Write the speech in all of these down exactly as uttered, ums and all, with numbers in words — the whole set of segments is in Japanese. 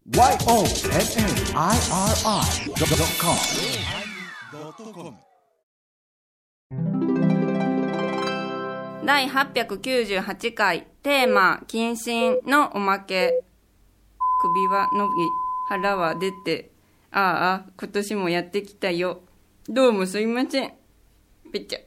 ワイオーエヌエヌアイアールアイドットコムだいはっぴゃくきゅうじゅうはちかいテーマ謹慎のおまけ。首は伸び腹は出て、ああ今年もやってきたよ。どうもすいません。ぺっちゃ。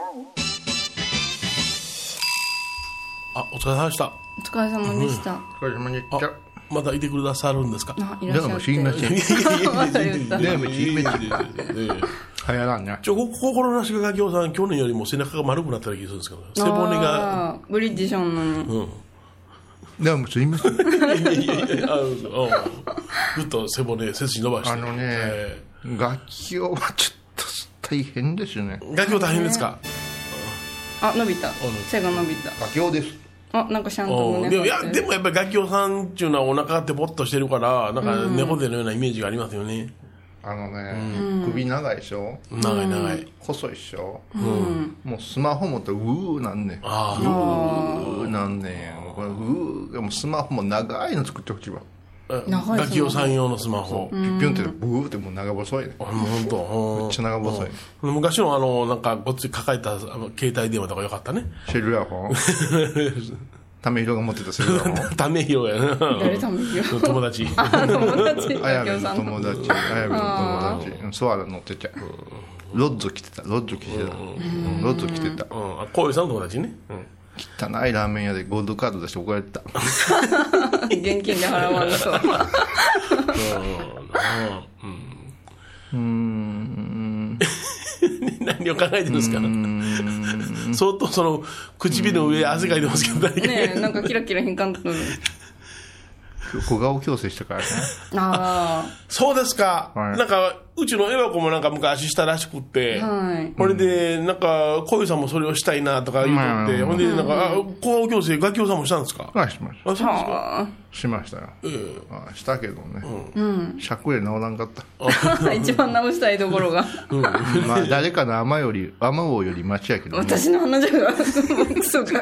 あ、お疲れ様でした。 お疲れ様でした、うん、 お疲れ様でした。 またいてくださるんですか。 あ、いらっしゃって。 どうもすいません。 また言った。 どうもすいません。はやらんね。 ちょ、心なしがガキオさん、去年よりも背中が丸くなった気がするんですけど、背骨が。 ブリティションのに。 うん。 どうもすいません。 いやいやいや、あの、ずっと背骨、背筋伸ばして。 あのね、えー、ガキオはちょっと大変ですね。 ガキオ大変ですか。 あ、伸びた。背が伸びた。 ガキオです。 あ、なんかシャンと胸でも、いや、でもやっぱりガキオさんっていうのはお腹ってポッとしてるから、なんか猫背のようなイメージがありますよね。 あのね、うん、首長いでしょ。 長い長い。 細いでしょ。 うん、 もうスマホ持ってうーなんねん。 あうーなんねん。これうーもうスマホも長いの作ってほしいわ。 ガキオさん用のスマホ。 ピュンってブーってもう長細いね。 あ、もう本当。 めっちゃ長細い。 昔のあのなんかごっつい抱えた携帯電話とかよかったね。 シェルラフォン。ためひろが持ってたセルラフォン。 ためひろやな。 誰ためひろ。 友達。 あ、友達。 あやべの友達。あやべの友達。ソアラ乗ってちゃう。ロッゾ来てた。ロッゾ来てた。ロッゾ来てた。 うん。こういうさんの友達ね。 汚いラーメン屋でゴールドカード出して怒られた。 現金で払わんと。 うーん。 何を考えてるんですか。相当その唇の上汗かいてますけど、 ねえ、なんかキラキラひんかんと。 小顔矯正したからね。 ああ。 そうですか。 はい、 なんかうちのエワ子もなんか昔したらしくって、 はい、 これでなんか小遊さんもそれをしたいなとか言うとって、ほんでなんか、あ、小顔矯正ガキオさんもしたんですか。 はい、しました。 あ、そうですか。 しましたよ。 ええ、 あ、したけどね。 うん。 しゃくれ治らんかった。 一番直したいところが。 うん、まあ誰かの甘より甘王よりマシやけど、ね。 私の鼻じゃがクソが。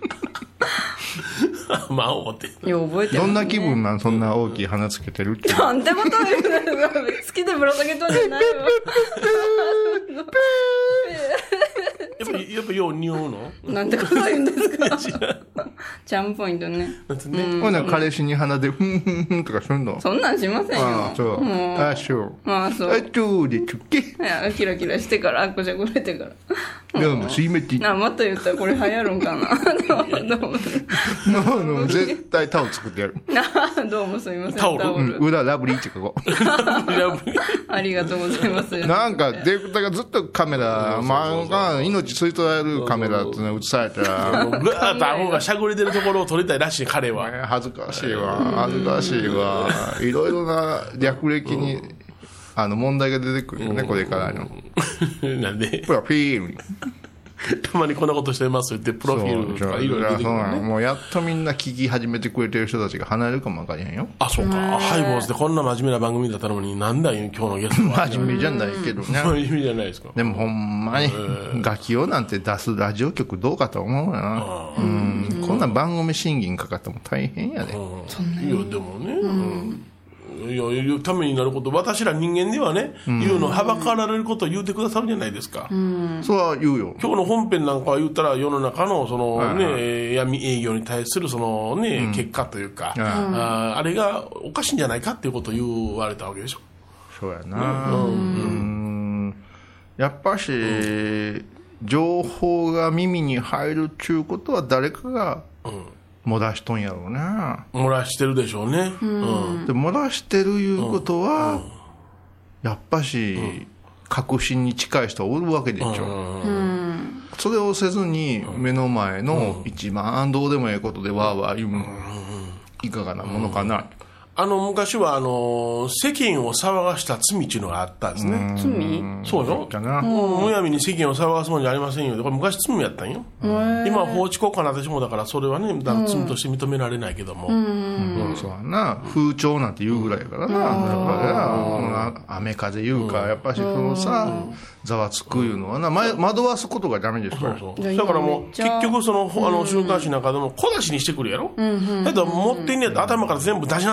まあ思っていや覚えてる、ね、 どんな気分なん、そんな大きい鼻つけてるって。 なんてこと言うの。好きでぶら下げとんじゃないわ。 やっぱりやっぱよう匂うの。 なんてこと言うんですか。チャームポイントね。 ほんなら彼氏に鼻でフンフンフンとかするの。 そんなんしませんよ。 ああそう。あそう。 ああそう。 あそうでつけ。 いやキラキラしてからあっこじゃくれてから。 どうもすいません。 なまた言ったらこれ流行るんかな。どうもどうも。 もう絶対タオル作ってやる。 どうもすいません。 タオル。 うん、裏ラブリーって書こう。 ありがとうございます。 なんかディレクターがずっとカメラ、まあ命吸い取られるカメラっていうの映されたら、 ぐーっと顎がしゃぐれてるところを撮りたいらしい彼は。 恥ずかしいわ、恥ずかしいわ。いろいろな略歴にあの問題が出てくるよね、これからの。 なんで？ プロフィール。 たまにこんなことしてますってプロフィールとかいろいろ出てくるね。 もうやっとみんな聞き始めてくれてる人たちが離れるかもわかりへんよ。 あ、そうか。ハイボーズでこんな真面目な番組だったのに、なんだよ今日のゲストは。 真面目じゃないけどね。 真面目じゃないですか。 でもほんまにガキオなんて出すラジオ局どうかと思うな。うん、こんな番組審議にかかっても大変やで。 そんなに。 いやでもね。うんいやためになること、私ら人間ではね、うん、言うのはばかられることを言うてくださるじゃないですか、 うん、そうは言うよ。 今日の本編なんかは言ったら世の中のその、はいはいね、闇営業に対するその、ねうん、結果というか、うん、あ, あれがおかしいんじゃないかっていうことを言われたわけでしょ。 そうやな、うんうん、やっぱし、うん、情報が耳に入るっちゅうことは誰かが、うん漏らしとんやろうな。 漏らしてるでしょうね、うん、 で漏らしてるいうことは、うん、やっぱし、うん、確信に近い人はおるわけでしょ、うん、それをせずに目の前の一番どうでもいいことでわーわー言うの、いかがなものかな、 あの昔はあの世間を騒がした罪っていうのがあったんですね。 罪？ そうよ。むやみに世間を騒がすもんじゃありませんよ。これ昔罪やったんよ。今は法治国家な私もだからそれはね罪として認められないけども。 うんうん、そうやな。風潮なんて言うぐらいやからな。やっぱり雨風いうかやっぱりそのさざわつくいうのはな惑わすことがダメですから。 そうそうだからもう結局そのあの週刊誌なんかでも小出しにしてくるやろ。だから持ってんねやったら頭から全部出しなさい。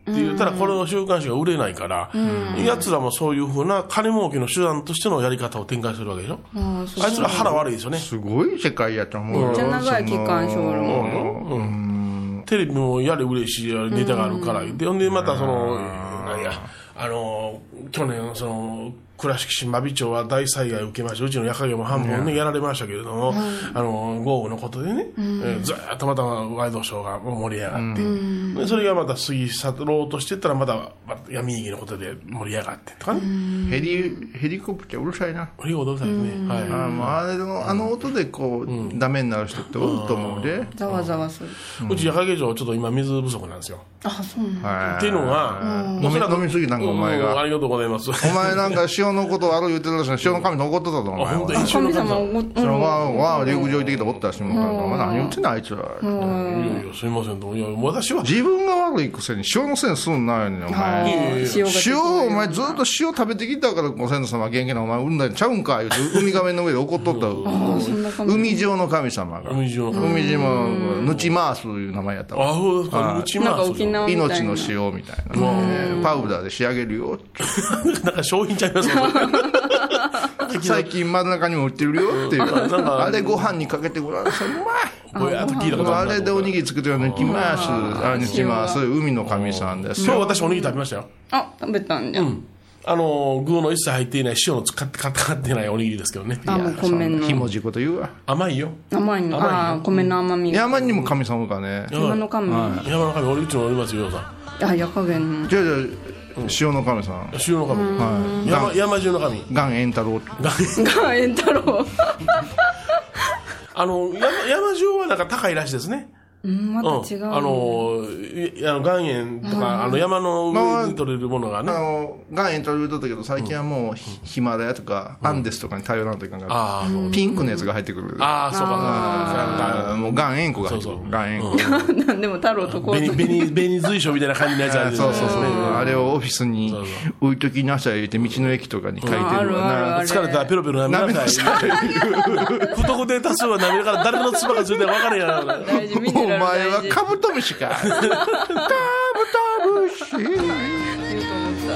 って言ったら、これの週刊誌が売れないから、やつらもそういうふうな金儲けの手段としてのやり方を展開するわけでしょ。あいつら腹悪いですよね。 すごい世界やと思う。 めっちゃ長い期間しょるもん。テレビもやれ嬉しいネタがあるから、で、ほんでまたその、なんや、あの、去年、その、倉敷市真備町は大災害を受けました。うちの夜影も半分ね、やられましたけれども、あの、豪雨のことでね、えーずーっとまたワイドショーが盛り上がって、でそれがまた過ぎ去ろうとしてったら、また、また闇入りのことで盛り上がってとかね。 ヘリ、ヘリコプターうるさいな。 ヘリコプターうるさいですね。はい。 あもうあれの、あの音でこう、ダメになる人っておると思うで。 ざわざわする。 うち夜影城ちょっと今水不足なんですよ。 あ、そうなんだ。 っていうのが、 飲み、飲みすぎなんかお前が。 ありがとうございます。 お前なんか塩のこと悪い言ってたし、塩の神と怒ってたぞ、お前は。 本当に塩の神様怒ってそのわわ、陸上行ってきたおったら塩の神と。お前何言ってんのあいつら。 いやいや、すいませんと。いや、私は。 自分が悪いくせに塩のせいにすんなよね、お前。塩、お前ずっと塩食べてきたから、ご先祖様元気なお前産んだんちゃうんか、言うて、ウミガメの上で怒っとった。海上の神様が。 海上の神様。 海上も、ぬちまーすいう名前やったわ。 あ、そうですか、ぬちまーす。 命の塩みたいな。パウダーで仕上げるよ。 なんか商品ちゃいます最近真ん中にも売ってるよっていう。あれご飯にかけてごらんなさい。うまい。 ぼやっと聞いたことあれでおにぎり作ってるのにきます。あにきます。海の神さんです。 今日私おにぎり食べましたよ。 あ、食べたんじゃ。 あの、具の一切入っていない塩の使って買ってないおにぎりですけどね。 あ、もう米の。 ひもじいこと言うわ。 甘いよ。 甘いの。あ、米の甘みが。 山にも神様かね。 山の神。 山の神、俺うちもおりますよ、さん。あ、夜影の。 じゃあじゃあ。塩の神さん。 塩の神。はい。山、山中の神。 ガンエン太郎。 ガンエン太郎。 あの、山、山中はなんか高いらしいですね。 うん、また違う、ね。 あの、あの岩塩とか、あの山の上に取れるものがね。 あの、岩塩取れるとったけど、最近はもうヒマラヤとか、アンデスとかに頼らんといかんから、ピンクのやつが入ってくる。 ああ、そうか。 もう岩塩湖が入ってくる。岩塩湖。なんでも太郎とこう。 紅、紅随所みたいな感じのやつある。 そうそうそう。あれをオフィスに置いときなさい言って、道の駅とかに書いてるわな。 疲れたらペロペロ舐めなさい。不特定多数は舐めるから、誰の唾がついてるか分からへんやろ。 大事、ミネラル大事。 お前はカブトムシか。カブトムシ。言うと思った。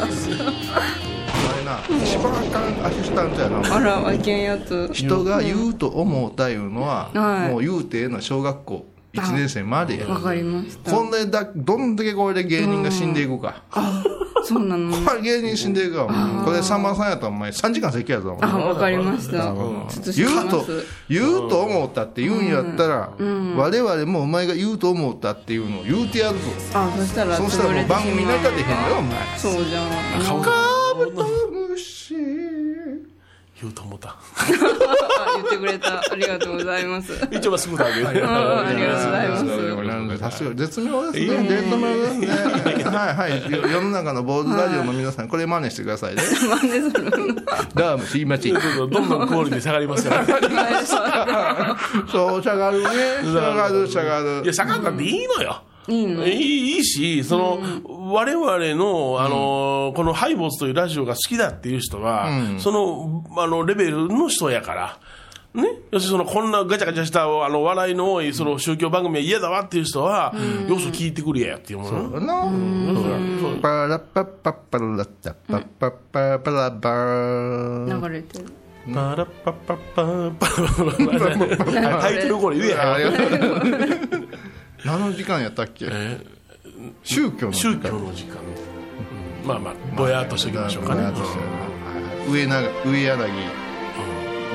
お前な、一番あかんアシスタントやな。 あら、あけんやつ。 人が言うと思うたいうのは、もう言うてええのは小学校いちねん生までや。 わかりました。 そんでだ、どんだけこれで芸人が死んでいくか。 そうなの。 これ芸人死んでいくわ。これさんまさんやったらお前さんじかん席やぞ。 あ、わかりました。 言うと、言うと思ったって言うんやったら、我々もお前が言うと思ったっていうのを言うてやるぞ。 あ、そしたら、 そしたらもう番組中でへんだよ、お前。 そうじゃん。 カブトムシ。 言うと思った。 言ってくれた。ありがとうございます。 一応はすぐだけど。 ありがとうございます。 さすが絶妙ですね。デート妙ですね。はいはい。世の中の坊主ラジオの皆さん、これ真似してくださいね。 真似するの。 どうもすいません。 どんどんクオリティ下がりますから。 そう、下がるね。下がる、下がる。 いや、下がったっていいのよ。 いいのいい、いいし、その、うん、我々の、あの、うん、このハイボーズというラジオが好きだっていう人は、うん、その、あの、レベルの人やから、ね。要するにその、こんなガチャガチャした、あの、笑いの多い、その、宗教番組は嫌だわっていう人は、うん、よそ聞いてくれやっていうもの。そうな。うん。 パラッパッパッパラッタッパッパッパパラバー。 流れてる。 パラッパッパッパッパラバー。タイトルこれ言えや。 何の時間やったっけ、えー、宗教の時間。 宗教の時間、うん、まあまあぼやっとしておきましょうかね。 うん、上な上柳、うん、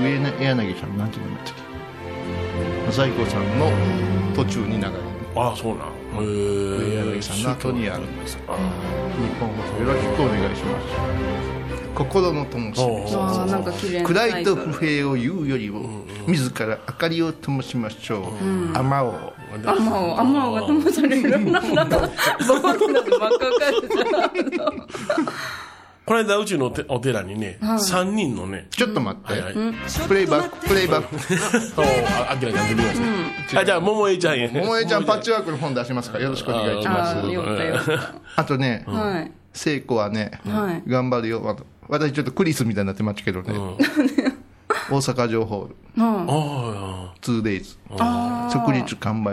上柳さんなんて言うんだっけ、在庫さんの途中に流れる。 ああ、そうなん。 上柳さんの後にあるんです。日本放送よろしくお願いします。心の灯火、暗いと不平を言うよりも、うん、自ら明かりを灯しましょう。うん、雨を雨を雨をが灯される。なんだボーンだと真っ赤かじゃん。 この間うちのお寺にね、はい、さんにんのね、 ちょっと待って、はいはい、プレイバックプレイバック。 そう、あきらちゃん出てください。うん、あ、じゃあ桃江ちゃんへ。 桃江ちゃんパッチワークの本出しますからよろしくお願いします。あ, よったよあとね、はい、聖子はね、はい、頑張るよ。私ちょっとクリスみたいになってましたけどね、うん、大阪城ホール、うん、ツーデイズ即日完売で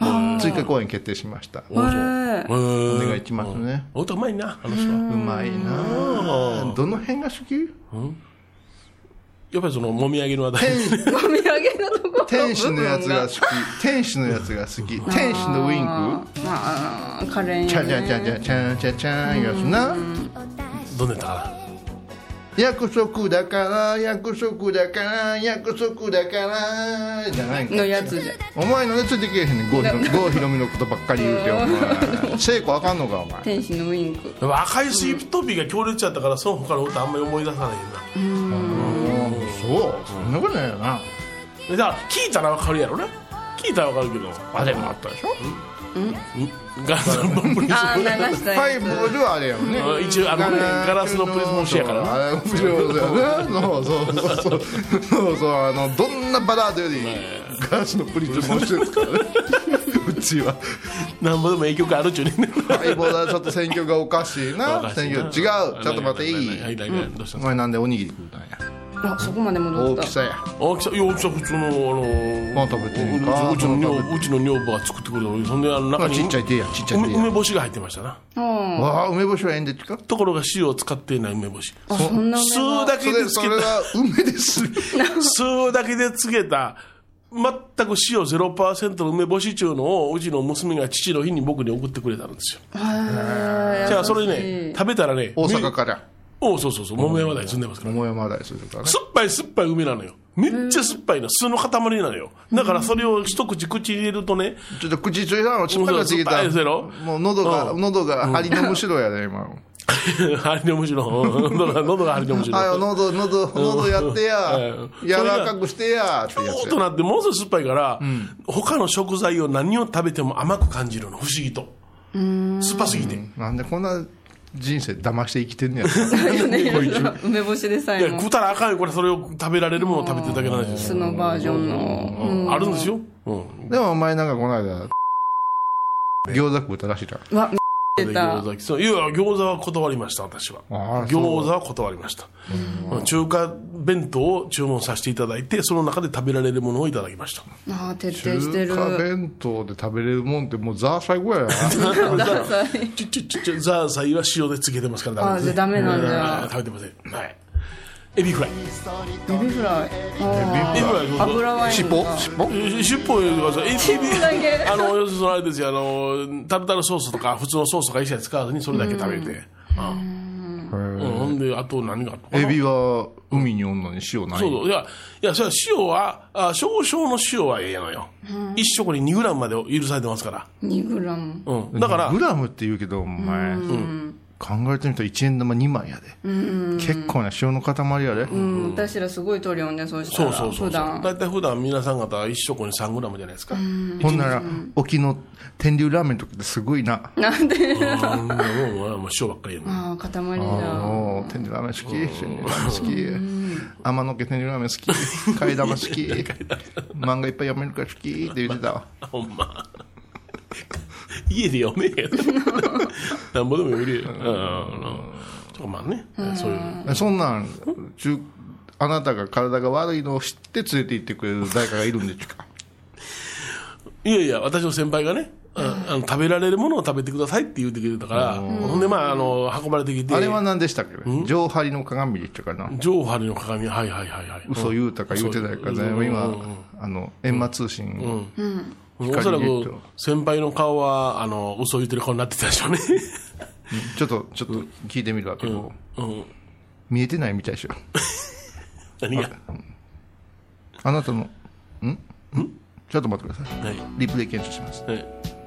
追加公演決定しました。 おそうへーおお願いしますね。 お歌うまいな、あの人は。 うまいな。どの辺が好き？ やっぱりその、もみあげの話題。 天もみあげのところ天使のやつが好き。天使のやつが好き。天使のウインク。 まああのカレーねチャチャチャチャチャチャチャーやつな。 どんなやったかな。 約束だから約束だから約束だからじゃないんかのやつでお前なんでついてけえへんねん郷ひろ郷ひろみのことばっかり言うてお前聖子あかんのかお前天使のウインクでも赤いスイープトピーが強烈やったからその他の歌あんまり思い出さないんだ。 そうそんなことないよなだから聞いたらわかるやろな。聞いたらわかるけどあれもあったでしょガラスのプリズああ流したやファイブはあれやもんねム一応あのねガラスのプリズム推しやからな。 あれ面白いやなそうそうそうそうそうそうあのどんなバラードよりガラスのプリズム推しですからねうちはなんぼでも影響があるっちゅうね。 相棒だちょっと選挙がおかしいな選挙違うちょっと待っていいはいはいはいどうしたお前なんでおにぎり食うたんやあそこまで戻った大きさや大きさいや大きさ普通のあのまあ食べてるかうちの女食べてうちの女房が作ってくれたのそんであの中にちっちゃい手やちっちゃい手梅や梅干しが入ってましたな。 わあ梅干しはええんでっちかところが塩を使っていない梅干し。 あそんな吸うだけそれそれでつけたは梅です吸うだけでつけた全く塩 ゼロパーセント の梅干し中のをうちの娘が父の日に僕に送ってくれたんですよ。じゃあそれね食べたらね大阪からおそうそうそう桃山台に住んでますから桃山台するからね酸っぱい酸っぱい梅なのよ。めっちゃ酸っぱいの酢の塊なのよ。だからそれを一口口に入れるとねちょっと口ついたの酸っぱくすぎた酸っぱいですやろもう喉が喉が針のむしろやで今針のむしろ喉が喉が針のむしろはよ喉喉喉やってやうん柔らかくしてやってやつ大人ってものすごい酸っぱいから、他の食材を何を食べても甘く感じるの不思議と酸っぱすぎて、 なんでこんな人生騙して生きてんねや梅干しでさいやえも食ったらあかんよこれそれを食べられるものを食べてるだけなんですよ、 酢のバージョンのうんあるんですよ、うん、 でもお前なんかこの間餃子食うたらしいなうわ出た餃子そういや餃子は断りました私はああそう餃子は断りました、うん中華弁当を注文させていただいてその中で食べられるものをいただきましたああ徹底してる中華弁当で食べれるもんってもうザーサイぐらいやなちょちょちょちょザーサイは塩でつけてますからダメです、ね、 あじゃあダメなんだあー食べてませんはいエビフライエビフライあエビフライー油ワイン尻尾尻尾え尻尾よりはエビ尻尾だけあの要するにそのあれですよあのタルタルソースとか普通のソースとか一切使わずにそれだけ食べてうんうんほんであと何があったかなエビは海におんのに塩ないそうそういやいやそれは塩はあ少々の塩はええのよ一食ににグラムまで許されてますからにグラムうんだからグラムって言うけどお前、考えてみたらいちえん玉にまいやで、結構な塩の塊やで、 うん私らすごい取るよねそうしたそうらそうそう普段大体普段皆さん方は一食にさんグラムじゃないですかほんなら沖の天竜ラーメンとかってすごいななんでうんもうもう塩ばっかりやねああ塊じゃんおー天竜ラーメン好き天竜ラーメン好き天の家天竜ラーメン好き替え玉好き漫画いっぱい読めるから好きって言ってたわほんま家で読めへんなんぼでも読めるようんちょまあねそういうそんなん中あなたが体が悪いのを知って連れて行ってくれる誰かがいるんでちゅかいやいや私の先輩がねああの食べられるものを食べてくださいって言ってくれたからほんでまああの運ばれてきてあれは何でしたっけ上張りの鏡でしたかな上張りの鏡はいはいはいはい嘘言うたか言うてないか全部今あの閻魔通信おそらく先輩の顔はあの嘘言ってる顔になってたでしょうねちょっとちょっと聞いてみるわけどうん見えてないみたいでしょ何があなたのんんちょっと待ってくださいはいリプレイ検証しますはいはい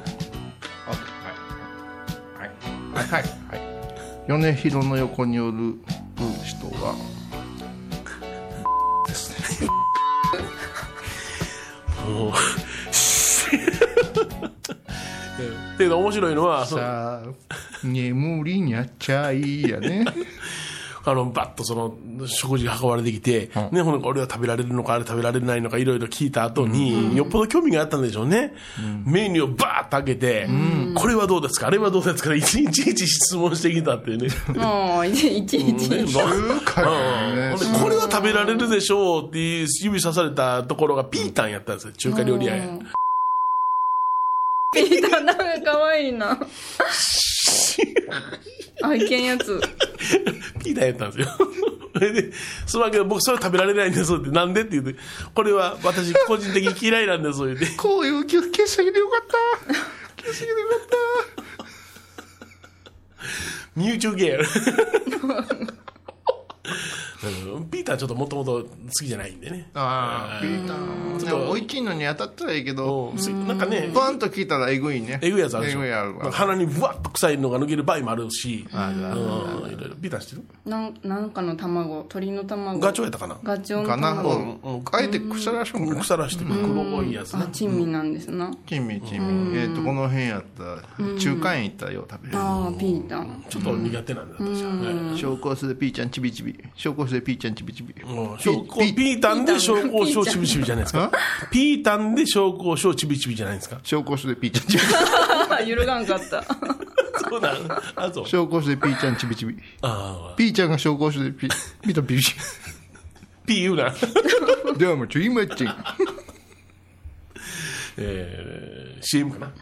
はいはいはい米広の横におる人はですねもうで面白いのはそのさあ眠りにゃっちゃいやねあのバッとその食事が運ばれてきて、ね、ほんで俺は食べられるのかあれ食べられないのかいろいろ聞いた後に、よっぽど興味があったんでしょうね、メニューをバーッと開けて、これはどうですかあれはどうですかいちいちいち質問してきたっていうねもういちいちいちね中華やねほんでこれは食べられるでしょうっていう指さされたところがピータンやったんですよ中華料理屋やかわいいな。愛犬やつ。 ピーターやったんですよ。それで、すまんけど僕それ食べられないんですって、なんでって言って、これは私個人的に嫌いなんですって。 こういう気を消してあげてよかった。消してあげてよかった。 身内受けやる。ピーターちょっともともと好きじゃないんでね。 ああ、ピーター。ちょっと、おいちいのに当たったらいいけど、 なんかね、 バンと聞いたらえぐいね。 えぐいやつあるでしょ。 えぐいあるわ。 鼻にブワッと臭いのが抜ける場合もあるし、 あるあるうんいろいろピーター知ってる？ なんなんかの卵、鳥の卵。 ガチョウやったかな？ ガチョウのかな。 卵。 うんあえて腐らしとんかな。 腐らして黒いやつねあ、。珍味なんですな。 珍味珍味。えっと、この辺やったら、中華園行ったらよう食べる。 ああ、ピーター。 ちょっと苦手なんだ私はね。 紹興酒でピーちゃんちびちび。紹興酒でピーちゃんちびちび。 もう紹興ピータンで紹興酒ちびちびじゃないですか。ピータンで紹興酒ちびちびじゃないですか。 紹興酒でピーちゃんちびち揺るがんかった。 そうなんあ、そうび。。紹興酒でピーちゃんちびちび。 ああ。 ピーちゃんが紹興酒でピー、ピータンピーちピー言うな。 び。どうも、ちょいまっちん。 えー、シーエム かな。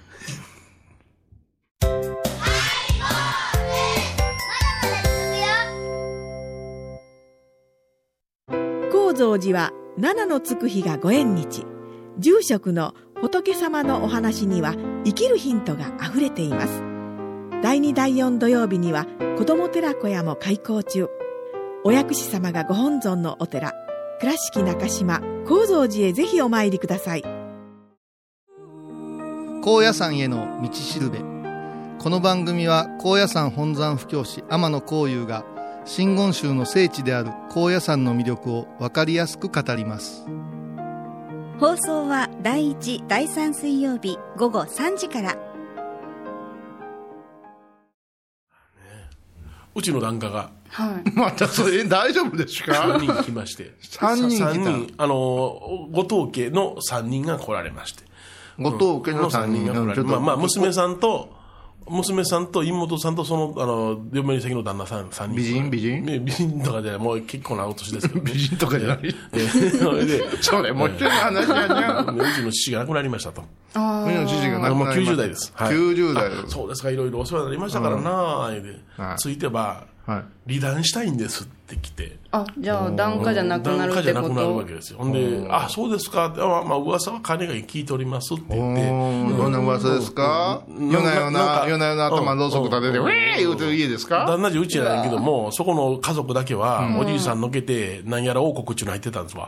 高蔵寺は七のつく日がご縁日。住職の仏様のお話には生きるヒントがあふれています。だいにだいよん土曜日には子ども寺小屋も開校中。お薬師様がご本尊のお寺、倉敷中島・高蔵寺へぜひお参りください。 高野山への道しるべ。この番組は高野山本山布教師天野幸雄が真言宗の聖地である高野山の魅力を分かりやすく語ります。 放送はだいいち、だいさん水曜日午後さんじから。 うちの檀家がはい。 またそれ大丈夫ですか？ さんにん来まして。 さんにん来たさんにん、あの、後藤家のさんにんが来られまして。 後藤家のさんにんが来られて。まあまあ、娘さんと、娘さんと妹さんとその、あの、嫁に先の旦那さんさんにん。 美人美人ね美人とかじゃない、もう結構なお年ですけど、ね。 美人とかじゃない。 えーそれで、 それもっちろん話やにゃん。 うちの父が亡くなりましたと。 あうちの父が亡くなりました。 もうきゅうじゅう代です。はいきゅうじゅう代あそうですか、いろいろお世話になりましたからなぁ、ではいついてば、 はい。 離団したいんですって来て。 あ、じゃあ檀家じゃなくなるってこと？ 檀家じゃなくなるわけですよ。ほんで、あ、そうですかって、あまあ噂は金が聞いておりますってお言って。 ーどんな噂ですか？夜な夜な、夜な夜な頭ろうそく立てて、ウェー言うてる家ですか？ 旦那じゃうちやないけども、そこの家族だけは、おじいさんのけて、何やら王国っていうの入ってたんですわ。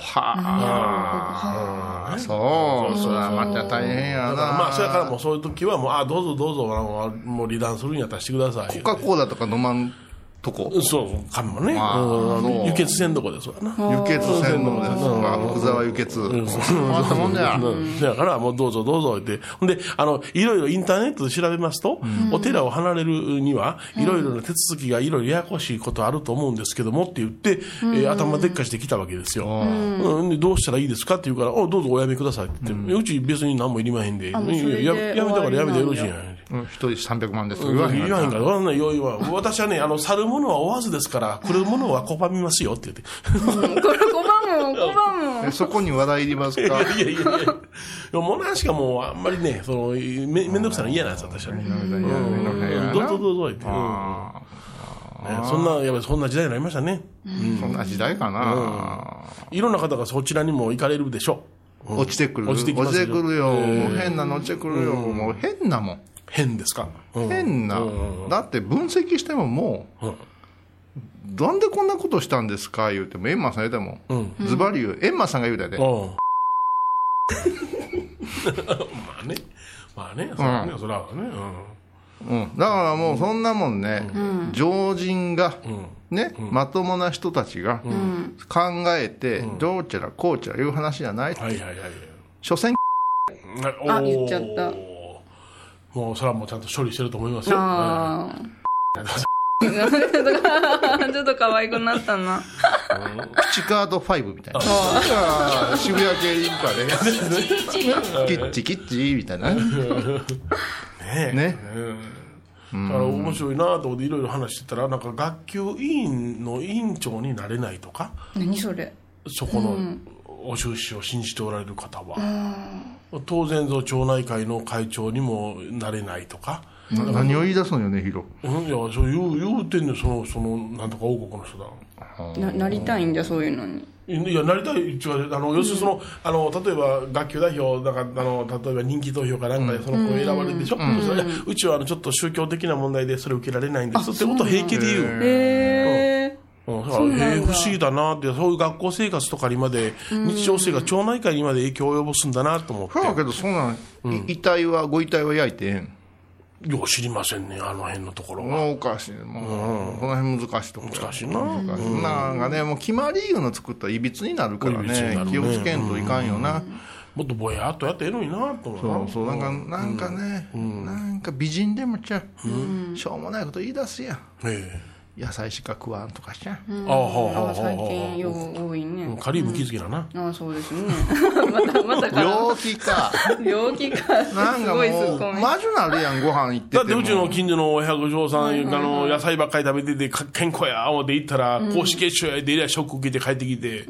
はあ。そう。それはまた大変やな。 まあ、それからもうそういう時は、もう、あ、どうぞどうぞ、あのもう離団するんやったらしてください。 コカ・コーラとか飲まんとこ。 そう、かもね。 あーそううん輸血せんどこですわな。 輸血専門ですか。福沢輸血。そんなもんだよ。 うんだからもうどうぞどうぞって。ほんで、あの、いろいろインターネットで調べますと、お寺を離れるには、いろいろな手続きがいろいろややこしいことあると思うんですけどもって言って、えー頭でっかしてきたわけですよ。うんでどうしたらいいですかって言うから、おどうぞおやめくださいって言って、うち別に何もいりまへんで、いやもうそれでややめたからやめてよろしいんや。 うん一人さんびゃくまんですと言わか言わへんへんから、そんな用意は。私はね、あの、去る者は追わずですから、来る者は拒みますよって言って。 うんこれ拒む、拒む。 えそこに話題いりますか？ いやいやいやいや。もうなんしかもう、あんまりね、その、め、めんどくさいの嫌なんです、私はね。うんどうぞどうぞって。うんねそんな、やっぱりそんな時代になりましたね。 そんな時代かな。 いろんな方がそちらにも行かれるでしょう。うん落ちてくる。 落ちてきますよ落ちてくるよ。 えーもう変なの落ちてくるよ。もう変なもん。 変ですか。うん変なうん。 だって分析してももう、なんでこんなことしたんですか言うても、エンマさん言うても、ズバリ言う。エンマさんが言うたで。 うんまあね。まあね。そらね、そらね。 うん。だからもうそんなもんね、常人が、ね、まともな人たちが考えて、どうちゃらこうちゃらいう話じゃない。 はいはいはい。 所詮、 あ言っちゃったもうそれはもうちゃんと処理してると思いますよ。 ああ。ちょっと可愛くなったな。 ピチカードファイブみたいな。ああ渋谷系リンカで。キッチキッチみたいな。 ねえ。 ね。 だから面白いなと思っていろいろ話してたら、なんか学級委員の委員長になれないとか、 何それ。 そこのお収支を信じておられる方は当然ぞ町内会の会長にもなれないとか、 な何を言い出すのよねヒロ。 うん、いやそう言う言うてんねん、そのそのなんとか王国の人だ。 ななりたいんじゃそういうのに。 いやなりたい違う、あの要するにその、あの例えば学級代表だからあの例えば人気投票かなんかでその子選ばれるでしょ、うんうん、それうちはあのちょっと宗教的な問題でそれ受けられないんですってことを平気で言う。 へー、 うんうん、へえ不思議だなって、そういう学校生活とかにまで、日常生活、町内会にまで影響を及ぼすんだなと思って。 だけどそんな、うん、遺体はご遺体は焼いてんよう知りませんね、あの辺のところは。 もうおかしい、もう、うん、この辺難しいところ。 難しいな。 難しい、うん、なんかね、もう決まりいうの作ったらいびつになるからね、気をつけんといかんよな。うん、 もっとぼやっとやってええのになと思う。 そうそう、なんか、なんかね、うん、なんか美人でもちゃう、うん、しょうもないこと言い出すやん。ええ、野菜しか食わんとかしちゃう、うん、 あああ最近よう多いね。 カリウム気づきだな、 うん、ああそうですねまたまた病気か病気かなんかもうマジなるやん、ご飯行ってても。 だってうちの近所のお百姓さん、はいはいはい、あの野菜ばっかり食べてて健康や思って行ったら、うん、高脂血症やでえらいショック受けて帰ってきて、うん、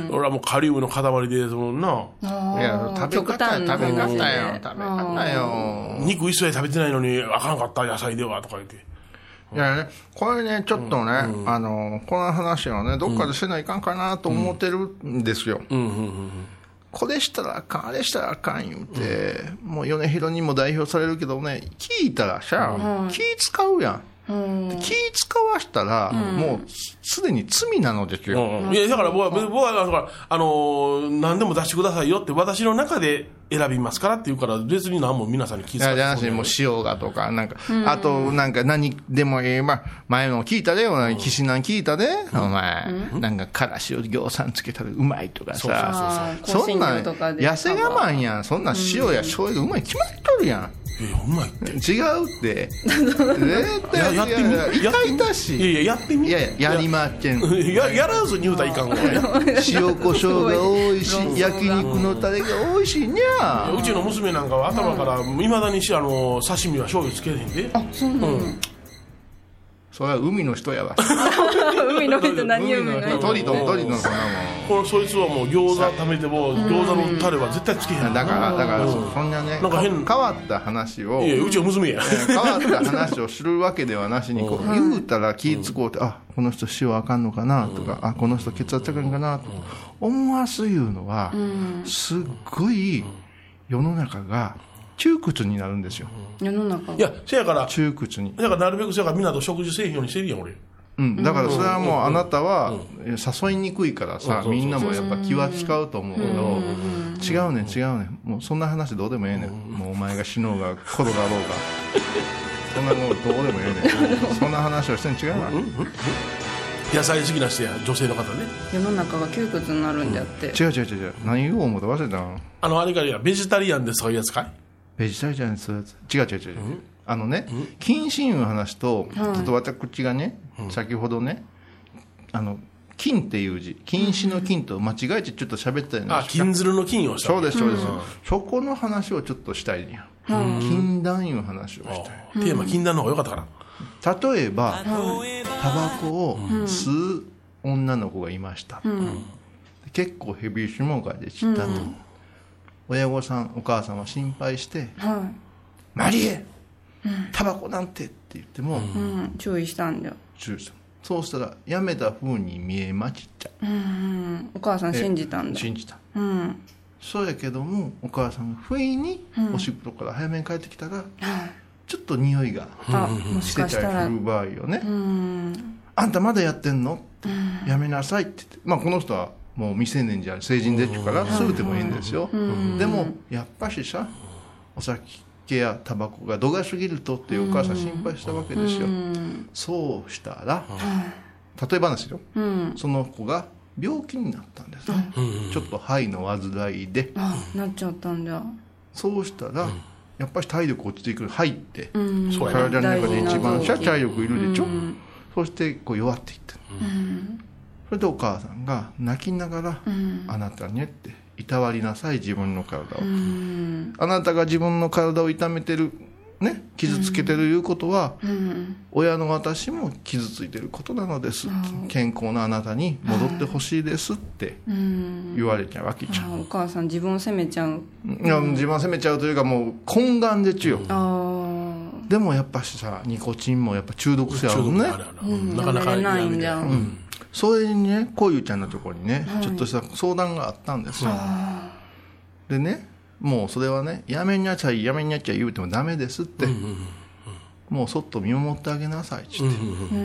俺はもうカリウムの塊でそのな。 いや食べ方よ食べ方よ食べ方よ、 肉一切食べてないのにあかんかった野菜ではとか言って。 いやね、これね、ちょっとね、うんうん、あの、この話はね、どっかでせないかんかなと思ってるんですよ。うんうんうんうん、これしたらあかん、あれしたらあかん言うて、うん、もう米広にも代表されるけどね、聞いたらさ、うん、気使うやん。うん、気使わしたら、うん、もうすでに罪なのですよ、 うん、いやだから僕は、僕はだからあのー、何でも出してくださいよって私の中で選びますからって言うから別に何も皆さんに気遣ってない。もう塩がとかなんか、うん、あとなんか何でもええ、まあ、前の聞いたでよ、岸南聞いたで、うん、お前、うん、なんかからしをぎょうさんつけたらうまいとかさ、そんなん痩せ我慢やん、そんな塩や醤油がうまい決まっとるやん。 いやうまいって違うって絶対やってみ痛々しい。 いやいややってみいやいややりませんややらずに言うたらいかんわ塩コショウが多いし焼肉のタレが多いしにゃ。 うちの娘なんかは頭からいまだにしあの刺身は醤油つけへんで。 あそうなの、うん、 それは海の人やわ海の人何海の人トリトントリトンそんなもん。 これそいつはもう餃子食べても餃子のタレは絶対つけへん。 だからだからそんなね、なんか変変わった話を、 いやうちの娘や変わった話をするわけではなしにこう言うたら気ぃつこうって、あこの人塩あかんのかなとか、あこの人血圧高いんかなと思わすいうのはすっごい世の中が窮屈になるんですよ。 世の中いやせやから窮屈にだからなるべくせやからみんなと食事せえへんようにしてるやん俺。 うん、だからそれはもうあなたは誘いにくいからさ、みんなもやっぱ気は使うと思うけど、違うねん違うねん、もうそんな話どうでもええねん、もうお前が死のうが転がろうがそんなもんどうでもええねんそんな話をしてん違うわ。 野菜好きな人や女性の方ね。 世の中が窮屈になるんじゃって、 うん、違う違う違う何言おう思って忘れたの。 あのあれからベジタリアンでそういうやつかい。 ベジタリアンそういうやつ違う違う違う、うん、あのね謹慎の話と、うん、ちょっと私がね、うん、先ほどねあの金っていう字禁止の金と間違えてちょっと喋ったよね。 あ金鶴の金をした。 そうですそうです、うん、そこの話をちょっとしたいんや、うん、禁断いう話をしたい。 テーマ禁断の方が良かったかな。例えばタバコを吸う女の子がいました、うん、結構ヘビースモーカーでしたと、うん、親御さんお母さんは心配して、はい、マリエタバコなんてって言っても、うん、 注意したんだ。 注意した。そうしたらやめた風に見えました、うん、 お母さん信じたんだ。 信じた、うん、そうやけどもお母さんが不意にお仕事から早めに帰ってきたら、うん、ちょっと匂いがしてたりする場合よね、うん、あんたまだやってんの、うん、やめなさいって言って、まあ、この人はもう未成年じゃ成人ですからすぐでもいいんですよ、うん、でもやっぱしさお酒やタバコが度が過ぎるとっていうお母さん心配したわけですよ、うん、そうしたら、うん、例え話よ、うん、その子が病気になったんですね、うん、ちょっと肺の患いで、 あなっちゃったんだ。 そうしたら、うん、やっぱり体力落ちていく肺って、うん、体の中で一番体力いるでしょ、うん、そしてこう弱っていって、うん、それでお母さんが泣きながら、うん、あなたねっていたわりなさい自分の体を、うん、あなたが自分の体を痛めてるね、傷つけてるいうことは、 うん、 親の私も傷ついてることなのです、うん、健康なあなたに戻ってほしいですって言われちゃうわけじゃん、 うん、お母さん自分を責めちゃう、 いや自分を責めちゃうというかもう懇願でちゅよ、うん、 あでもやっぱしさニコチンもやっぱ中毒性あるもんね、 うん、なかなかないんだ、うん、 それにねこういうちゃんのところにね、はい、ちょっとした相談があったんですよ、でねもうそれはねやめにゃちゃいやめにゃちゃい言うてもダメですって、うんうんうん、もうそっと見守ってあげなさいって言って、うんうんうん、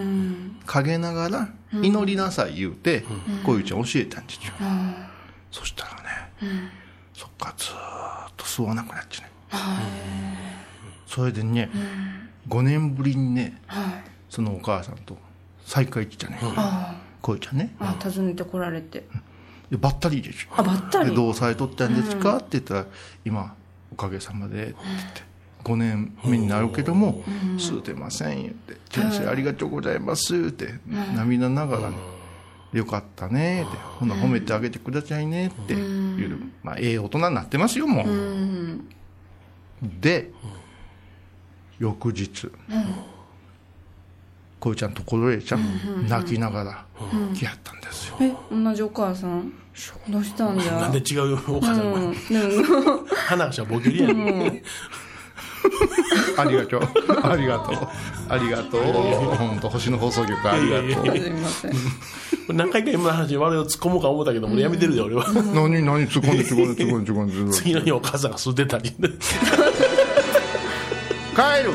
陰ながら祈りなさい言うて、うん、こういうちゃん教えたんですよ、うん、そしたらね、うん、そっからずーっと吸わなくなっちゃうね、うん、それでね、うん、ごねんぶりにね、うん、そのお母さんと再会したね、うん、こういうちゃんね、 あ訪ねてこられて、 うんばったりでしょ。 あばったりでどうされとったんですか、うん、って言ったら今おかげさまでって言って、ごねんめになるけども、うん、吸うてません言って先生ありがとうございますって、うん、涙ながら、ね、よかったねってほな褒めてあげてくださいねっていう、うん、まあええ大人になってますよもう、うん、で翌日、うんこうちゃんところへちゃん、うん、泣きながら来はったんですよ、 うん、え同じお母さんどうしたんじゃなんで違うお母さん、うん、花ちゃんボケりやん、うん、 ありがとうありがとうありがとう本当星の放送局ありがとうすみません何回か今の話に我々を突っ込もうか思ったけども、うん、やめてるで俺は何何突っ込んで突っ込んで突っ込んで突っ込んで次の日お母さんが吸ってたり帰る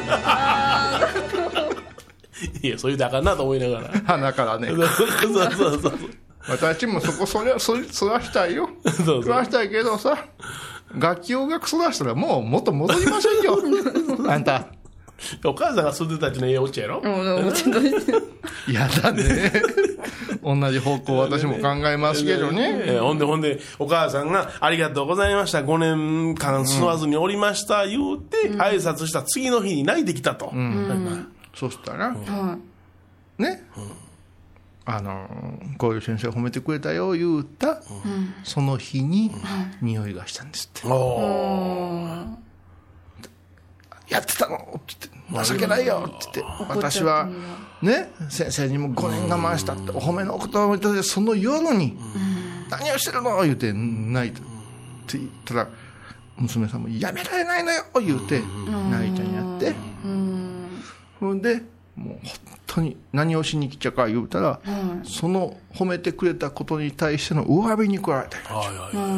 いやそういうだからなと思いながら鼻からねそうそうそう私もそこそれはそそらしたいよそらしたいけどさ楽器を楽そらしたらもう元戻りませんよあんたお母さんが住んでたってのええおっちゃやろいやだね同じ方向私も考えますけどねほんでほんでお母さんがありがとうございましたごねんかん吸わずにおりました言うて、うん、挨拶した次の日に泣いてきたと、うんうんそしたら、うん、ね、うん、あのこういう先生褒めてくれたよ言うた、うん、その日に、うん、匂いがしたんですって、うん、やってたのって言って情けないよって言って、うん、私はね先生にもごねん我慢したってお褒めの言葉をいただいてその夜に、うん、何をしてるの言うて泣いたって言ったら娘さんもやめられないのよ言うて、うん、泣いちゃんやって、うんほんでもう本当に何をしに来ちゃか言うたら、うん、その褒めてくれたことに対しての上辺に来られたんですよ、はいはい、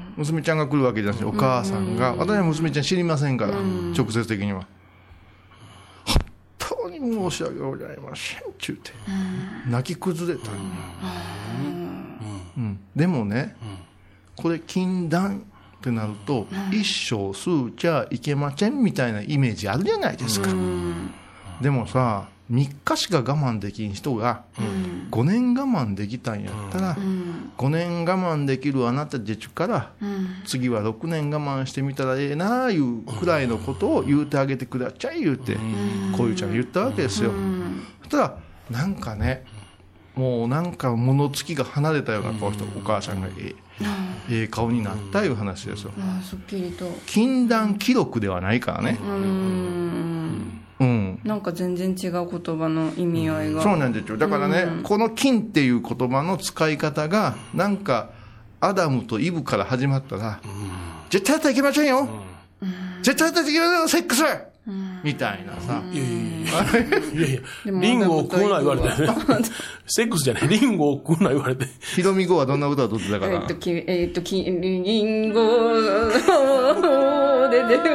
娘ちゃんが来るわけじゃないですよお母さんが、うん、私は娘ちゃん知りませんから、うん、直接的には本当に申し訳ございませんって言って、うん、泣き崩れたんよ、うんうん、でもね、うん、これ禁断ってなると、うん、一生吸うちゃいけませんみたいなイメージあるじゃないですか、うんでもさみっかしか我慢できん人がごねん我慢できたんやったら、うん、ごねん我慢できるあなたでちゅから、うん、次はろくねん我慢してみたらええなあいうくらいのことを言うてあげてくだちゃい言うて、うん、こういうちゃんが言ったわけですよ、うん、そしたらなんかねもうなんか物つきが離れたような顔してお母さんがええええ顔になったいう話ですよ、 あすっきりと禁断記録ではないからねうんうん、なんか全然違う言葉の意味合いが、 うん、そうなんですよだからね、うん、この禁っていう言葉の使い方がなんかアダムとイブから始まったら、うん、絶対やったらいけませんよ、うん、絶対やったらいけませんよセックス、うん、みたいなさ、 いやいやいやいやリンゴを食うな言われてセックスじゃないリンゴを食うな言われてひろみ語はどんな歌を撮ってたかなえっときえっときリンゴでで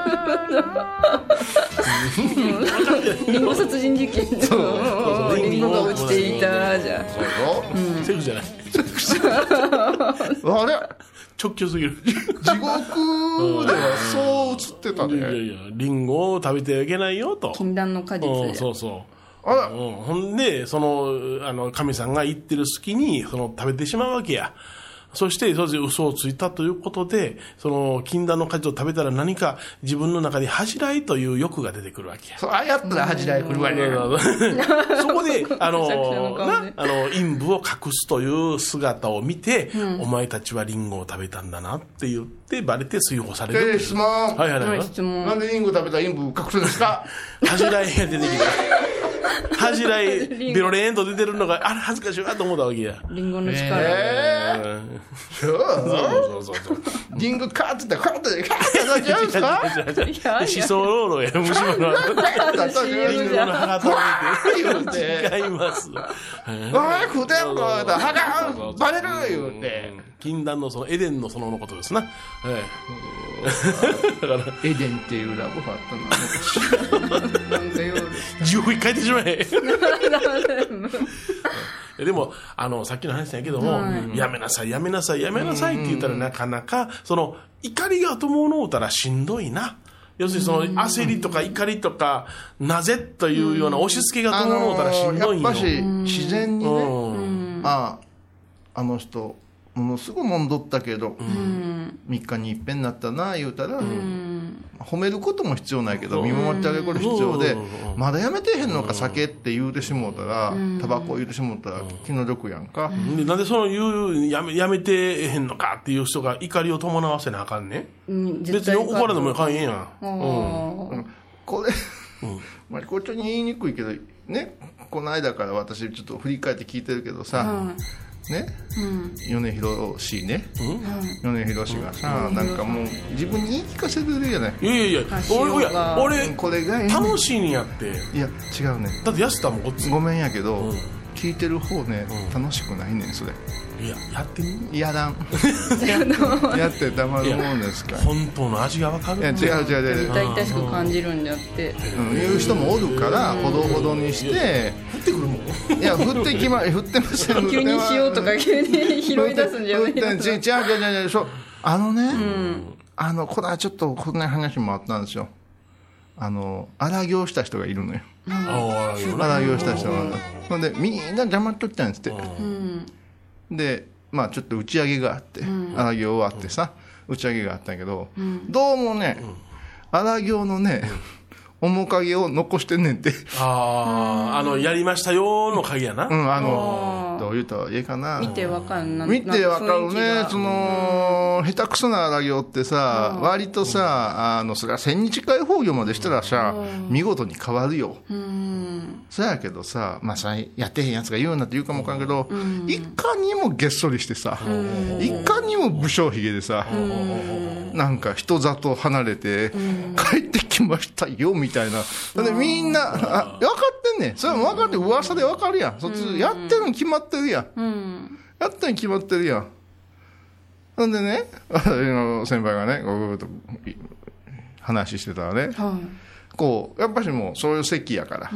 リンゴ殺人事件のリンゴが落ちていたじゃんそうそう、うん、セックスじゃないセックスあれ直球すぎる地獄ではそう映ってたねいやいやリンゴを食べてはいけないよと禁断の果実でそうそうあら、うん、ほんでそのあの神さんが言ってる隙にその食べてしまうわけやそしてそして嘘をついたということでその禁断の果実を食べたら何か自分の中に恥じらいという欲が出てくるわけやそうああやったら恥じらいくるわけやそこであのなあの陰部を隠すという姿を見て、うん、お前たちはリンゴを食べたんだなって言ってってバレて追放される。 えー、質問。 はいはいはい。 質問。 なんでリンゴ食べたら陰部隠すんですか？ 恥じらいが出てきた。恥じらい、ベロレーンと出てるのが、あれ恥ずかしいなと思ったわけや。 リンゴの力。 えー、そうそうそうそう。 リンゴカーって言ったら、カーって、カーってなっちゃうんですか？ 思想ローロや、虫歯の。リンゴの歯が倒れて。 言うて。 違います。 ああ、食うてんか、歯がバレる言うて。 禁断のそのエデンの園のことですな。 だからエデンっていうラブホあったな。なんか夜。 地獄に帰ってしまえ。でもあのさっきの話だけども、はい、やめなさいやめなさいやめなさいって言ったらなかなかその怒りが伴うたらしんどいな。要するにその焦りとか怒りとかなぜというような押し付けが伴うたらしんどいよ。 やっぱし自然にね、ああの人ものすごいもんどったけど、うん、みっかにいっぺんになったな言うたら、うん、褒めることも必要ないけど見守ってあげること必要で、まだやめてへんのか酒って言うてしもうたら、タバコ言うてしもうたら気の毒やんか、うん、 でなんでその言うやめ、やめてへんのかっていう人が怒りを伴わせなあかんね、うん、別に怒られてもあかんへんやん、うんうん、これ、うんまあ、こっちに言いにくいけどね、この間から私ちょっと振り返って聞いてるけどさ、うんね、うん、米広氏ね、うん、米広氏がさ、うん、なんかもう自分に言い聞かせてるじゃない。 いやいやいや、俺、いや俺これが楽しいんやって。 いや違うね。 だって安田もこっちごめんやけど、うん、聞いてる方ね、うん、楽しくないねんそれ。 いややってみ。 やらん。やって黙るもんですか。 本当の味が分かる。 いや違う違う違う。 痛々しく感じるんだって、 うん、いう人もおるからほどほどにして。 降ってくるもん。 いや降ってきま降ってません。 急にしようとか急に拾い出すんじゃないの。違う違う違う違うそう。あのね、うん、あのこれはちょっとこんな話もあったんですよ。あの荒行した人がいるのよ。荒行した人が。ほんでみんな黙っとったんですって。うんでまあちょっと打ち上げがあって荒行、うん、終わってさ、うん、打ち上げがあったんやけど、うん、どうもね荒行、うん、のね、うん、面影を残してんねんって。 あああのやりましたよの影やな。 うんあのどう言うたらいいかな。 見てわかるな。 見てわかるね。その、うん、下手くそな荒行ってさ、うん、割とさあのそれは千日開放業までしたらさ、うん、見事に変わるよ。うんそやけどさ、まあさやってへんやつが言うなって言うかもわかんけど、うん、いかにもげっそりしてさ、うん、いかにも武将髭でさ、うん、なんか人里離れて、うん、帰ってきましたよみたいな。でみんなあ分かってんねん。それも分かって噂で分かるやん。そっちやってるの決まってるやん、うん、やってるの決まってるやん。なんでね私の先輩がねこう話してたらね、はい、こうやっぱしもうそういう席やから、うん、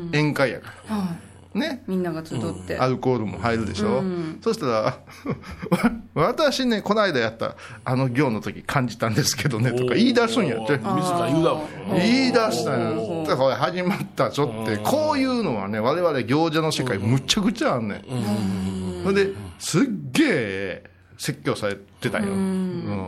宴会やから、はいね、 みんなが集って、 うん、アルコールも入るでしょ、うん、そしたら私ねこの間やったあの行の時感じたんですけどねとか言い出すんやって。 自ら言うだわ言い出したんよ。だから始まったぞってこういうのはね我々行者の世界むちゃくちゃあんねん。それですっげえ説教されてたよ、うん、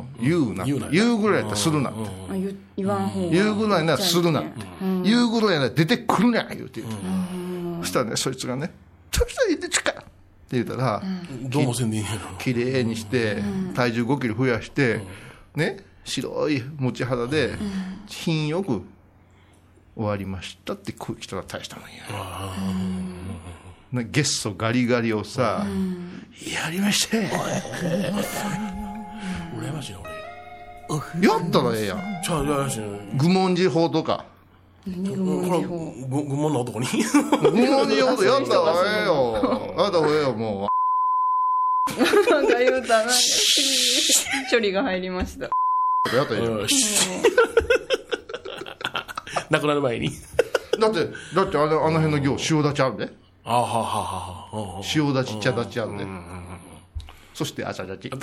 言うなって言うぐらいやったらするなって言わん方が言うぐらいならするなって言うぐらいなら出てくるな言うて言うて、そしたらねそいつがねちょっと入れて近いって言ったら、 うん、どうもせんでいいんやろきれいにして体重ごキロ増やして、うん、ね白い持ち肌で品よく終わりましたって人が大したもんや。うん、ゲッソガリガリをさ、うん、やりました羨ましいな俺。やったらええやん。 じゃあやらしい愚問寺法とか。 何愚問寺法。 愚問の男に愚問寺法とやったらええよ。やったらええよもう。なんか言うたな。処理が入りました。 やったらええよ。 亡くなる前に。 だってだってあのあの辺の行塩立ちあるで。 あははは塩立ち茶立ちあるね、うんうんうん、そして朝立ち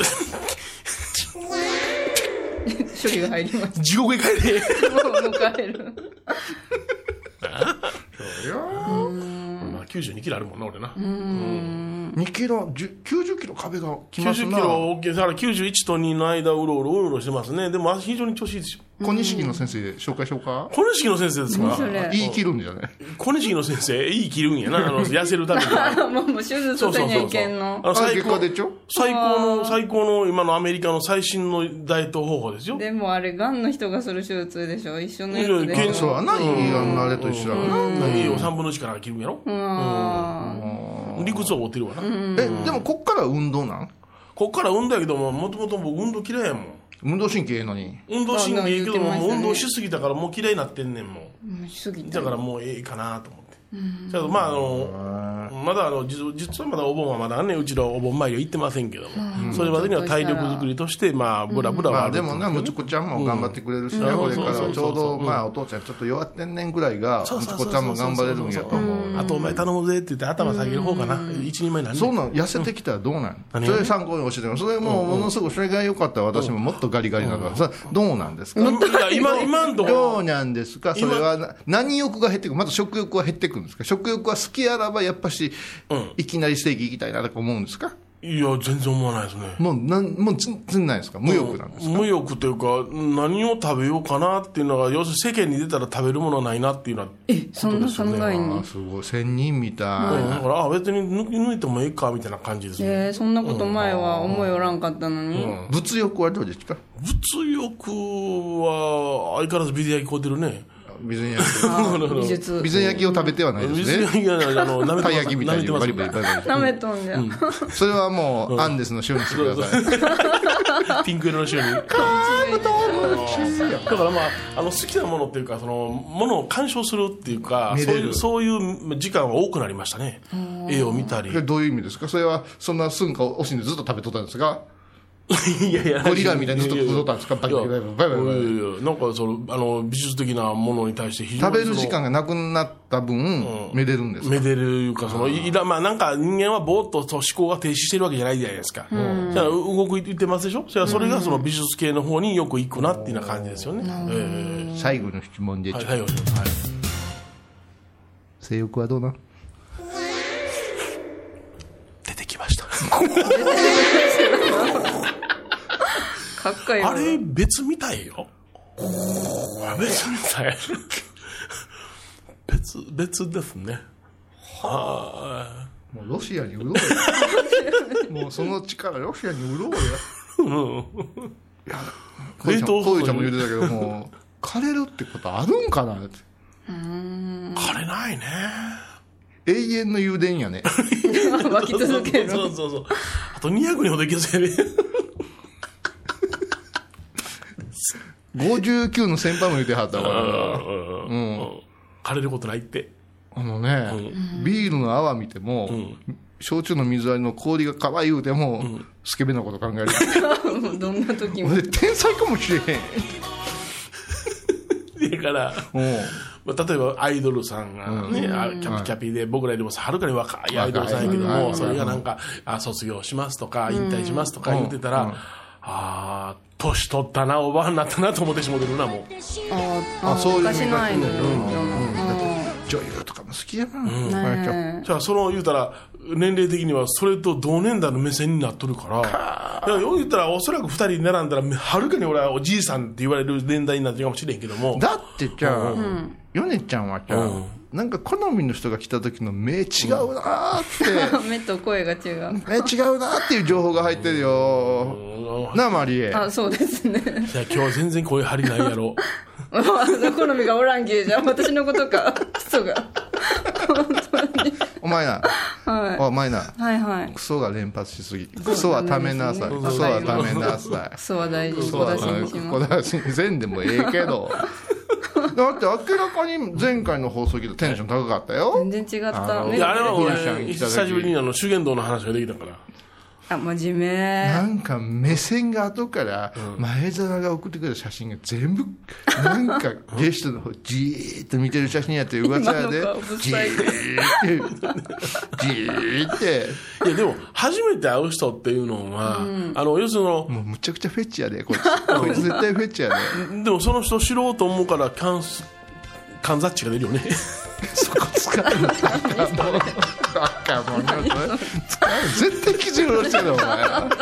処理が入りました。 地獄へ帰れもうもう帰るそうよ、まあ、きゅうじゅうにキロあるもんな俺な。うんにキロ、きゅうじゅっキロ壁が来きゅうじゅっキますな。 ロ大きいだからきゅうじゅういちとにの間うろうろうろうろしてますね。でも非常に調子いいですよ。 小錦の先生で紹介しようか。 小錦の先生ですか。 それ言い切るんじゃない？ 小錦の先生いい切るんやな。あの痩せるためには。 もうもう手術せにはいけんの。 あの最高結果でちょ最高の最高の今のアメリカの最新のダイエット方法ですよ。 でもあれがんの人がする手術でしょ。一緒のやつでしょ。 そうやな、いいがんのあれと一緒やな。 栄養さんぶんのいちから切るんやろ。理屈は持ってるわな。 え、でもこっから運動なん？ こっから運動やけども、もともと僕運動嫌いやもん。 運動神経ええのに。 運動神経いいけども、 あなんか言ってましたねもう運動しすぎたからもう嫌いになってんねんもん。 もうしすぎてだからもうええかなと思って。けどまああのまだあの実実はまだお盆はまだね、うちのお盆参りは行ってませんけども、それまでには体力作りとしてまあブラブラはあるまあでもな、むちこちゃんも頑張ってくれるしな、これからちょうどまあお父ちゃんちょっと弱ってんねんぐらいが、むちこちゃんも頑張れるんやと思う。 あとお前頼むぜって言って頭下げる方かな、一人前なんで。 そうなん、痩せてきたらどうなん？ 何それ参考に教えても、それもものすごくそれが良かったら私ももっとガリガリなからさ、どうなんですか？ いや今今んとこどうなんですか？それはな何欲が減ってくる？まず食欲は減ってくるんですか？食欲は好きあらばやっぱし、いきなりステーキ行きたいなとか思うんですか？ いや全然思わないですね。 もうなんもう全然ないですか？無欲なんですか？ 無欲というか何を食べようかなっていうのが、要するに世間に出たら食べるものはないなっていうのはえそんな考えあにーすごい仙人みたい。 うんだからあ別に抜き抜いてもいいかみたいな感じですね。 えー、そんなこと前は思いおらんかったのに、 物欲はどうですか？ 物欲は相変わらずビリヤキ買うてるね。 水焼き。 あー美術水焼きを食べてはないです水ね。 焼きがあの舐めてますたい焼きみたいにバリバリバリバリ。 なめとんじゃ、 それはもうアンデスの塩にしてください。 ピンク色の塩に。だからまああの好きなものっていうか、そのものを鑑賞するっていうか、 めでるそういうそういう時間は多くなりましたね。絵を見たり。 それどういう意味ですか？それはそんなすんかおしんでずっと食べとったんですか？ いやいやゴリラみたいにずっと食べとったんですか？バリバリバリバリバリバリいやいやいやなんかそのあの美術的なものに対して非常に食べる時間がなくなった分、めでるんですか？ めでるいうか、そのいらまあなんか人間はぼーっとそう思考が停止してるわけじゃないじゃないですか。じゃあ動く言ってますでしょ。じゃあそれがその美術系の方によく行くなっていうような感じですよね。ええ最後の質問で、 はいはいはい。 性欲はどうなん？ 出てきました。 かっこいいわあれ別みたいよ。別みたい。別別ですね。はもうロシアに売ろうや。もうその力ロシアに売ろうや。こういうちゃんこういうちゃんも言ってたけども、枯れるってことあるんかなって。 枯れないね。 永遠の油田やね。 湧き続けるそうそうそう。あとにひゃくにんほどいけそうやね。 ごじゅうきゅうの先輩も言ってはったから。 うん。枯れることないって。 あのね、ビールの泡見ても、焼酎の水割りの氷が可愛い言うても、スケベなこと考える。 どんな時も俺天才かもしれへん。 だから、まあ、例えばアイドルさんがね、あキャピキャピで僕らよりもはるかに若いアイドルさんやけども、それがなんか、あ卒業しますとか引退しますとか言ってたら、ああ年取ったな、おばあになったなと思ってしもてるな、もう。 ああそういう昔のアイドル女優とかも好きやな。 ねじゃあその言うたら年齢的にはそれと同年代の目線になっとるから、だからよう言ったらおそらくふたり並んだらはるかに俺はおじいさんって言われる年代になってるかもしれんけども、 だってじゃあ、米ちゃんはじゃあ、なんか好みの人が来た時の目違うなーって、 目と声が違う目違うなーっていう情報が入ってるよ。なあマリエ。 あそうですねじゃあ今日全然声張りないやろ。 好みがおらんけじゃん私のことかクソが本当にお前な、 はいお前な、 はいはいクソが連発しすぎ。クソはためなさい。クソはためなさい。 クソは大事クソは小出しにし小ます出しにせんでもええけど。だって明らかに前回の放送聞いたテンション高かったよ。 全然違ったあのねいやあれはひなちゃん俺来た時久しぶりにあの修験道の話ができたから。 あ真面目なんか目線が後から前澤が送ってくれた写真が全部なんかゲストの方じーっと見てる写真やって噂やで今の顔ぶっじさいーってじーっていやでも初めて会う人っていうのは、あの要するにもうむちゃくちゃフェッチやでこいつこいつ絶対フェッチやででもその人知ろうと思うからキャンスカンザッチが出るよね。 そこ使うのかんもんね絶対基準してるお前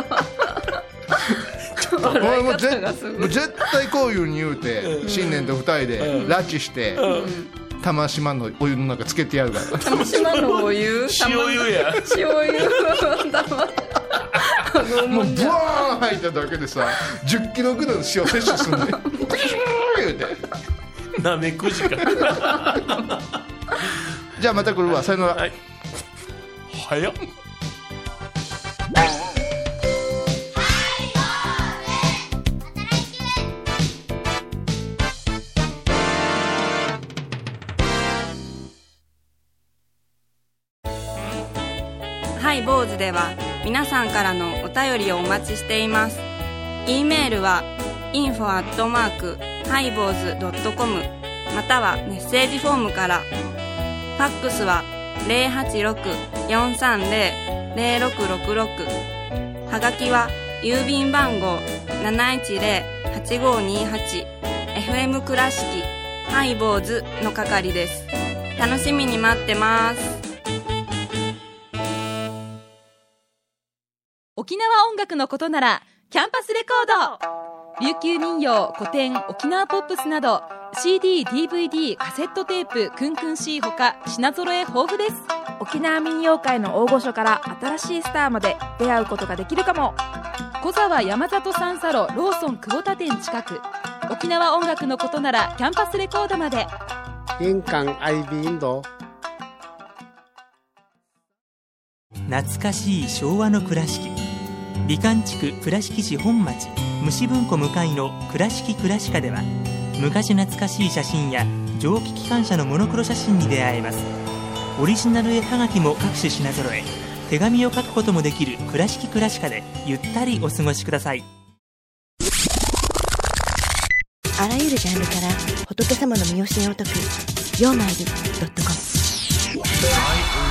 俺もう絶もう絶対こういうに言うて新年と二人で拉致して玉島のお湯の中つけてやるから玉島のお湯塩湯や塩湯もうブワーン入っただけでさじゅっキロぐらいの塩摂取するんで言うてなめくじかじゃあまた来るわさよなら、 はい、早っハイボーズでは皆さんからのお便りをお待ちしています。 E メールは インフォ アットマーク ハイボーズ ドットコム またはメッセージフォームから。ファックスは ゼロはちろく よんさんゼロ ゼロろくろくろく はがきは郵便番号 なないちゼロ はちごにはち エフエム 倉敷ハイボーズの係です。楽しみに待ってます。 沖縄音楽のことならキャンパスレコード、琉球民謡、古典、沖縄ポップスなど シーディー、ディーブイディー、カセットテープ、クンクン C ほか品揃え豊富です。 沖縄民謡界の大御所から新しいスターまで出会うことができるかも。 小沢山里三佐路ローソン久保田店近く。沖縄音楽のことならキャンパスレコードまで。 印港 アイビー インド。 懐かしい昭和の倉敷、美観地区倉敷市本町虫文庫向かいの倉敷倉歯科では、昔懐かしい写真や蒸気機関車のモノクロ写真に出会えます。オリジナル絵はがきも各種品揃え、手紙を書くこともできる倉敷倉歯科でゆったりお過ごしください。 あらゆるジャンルから仏様の身教えを解く曜マイルドットコム。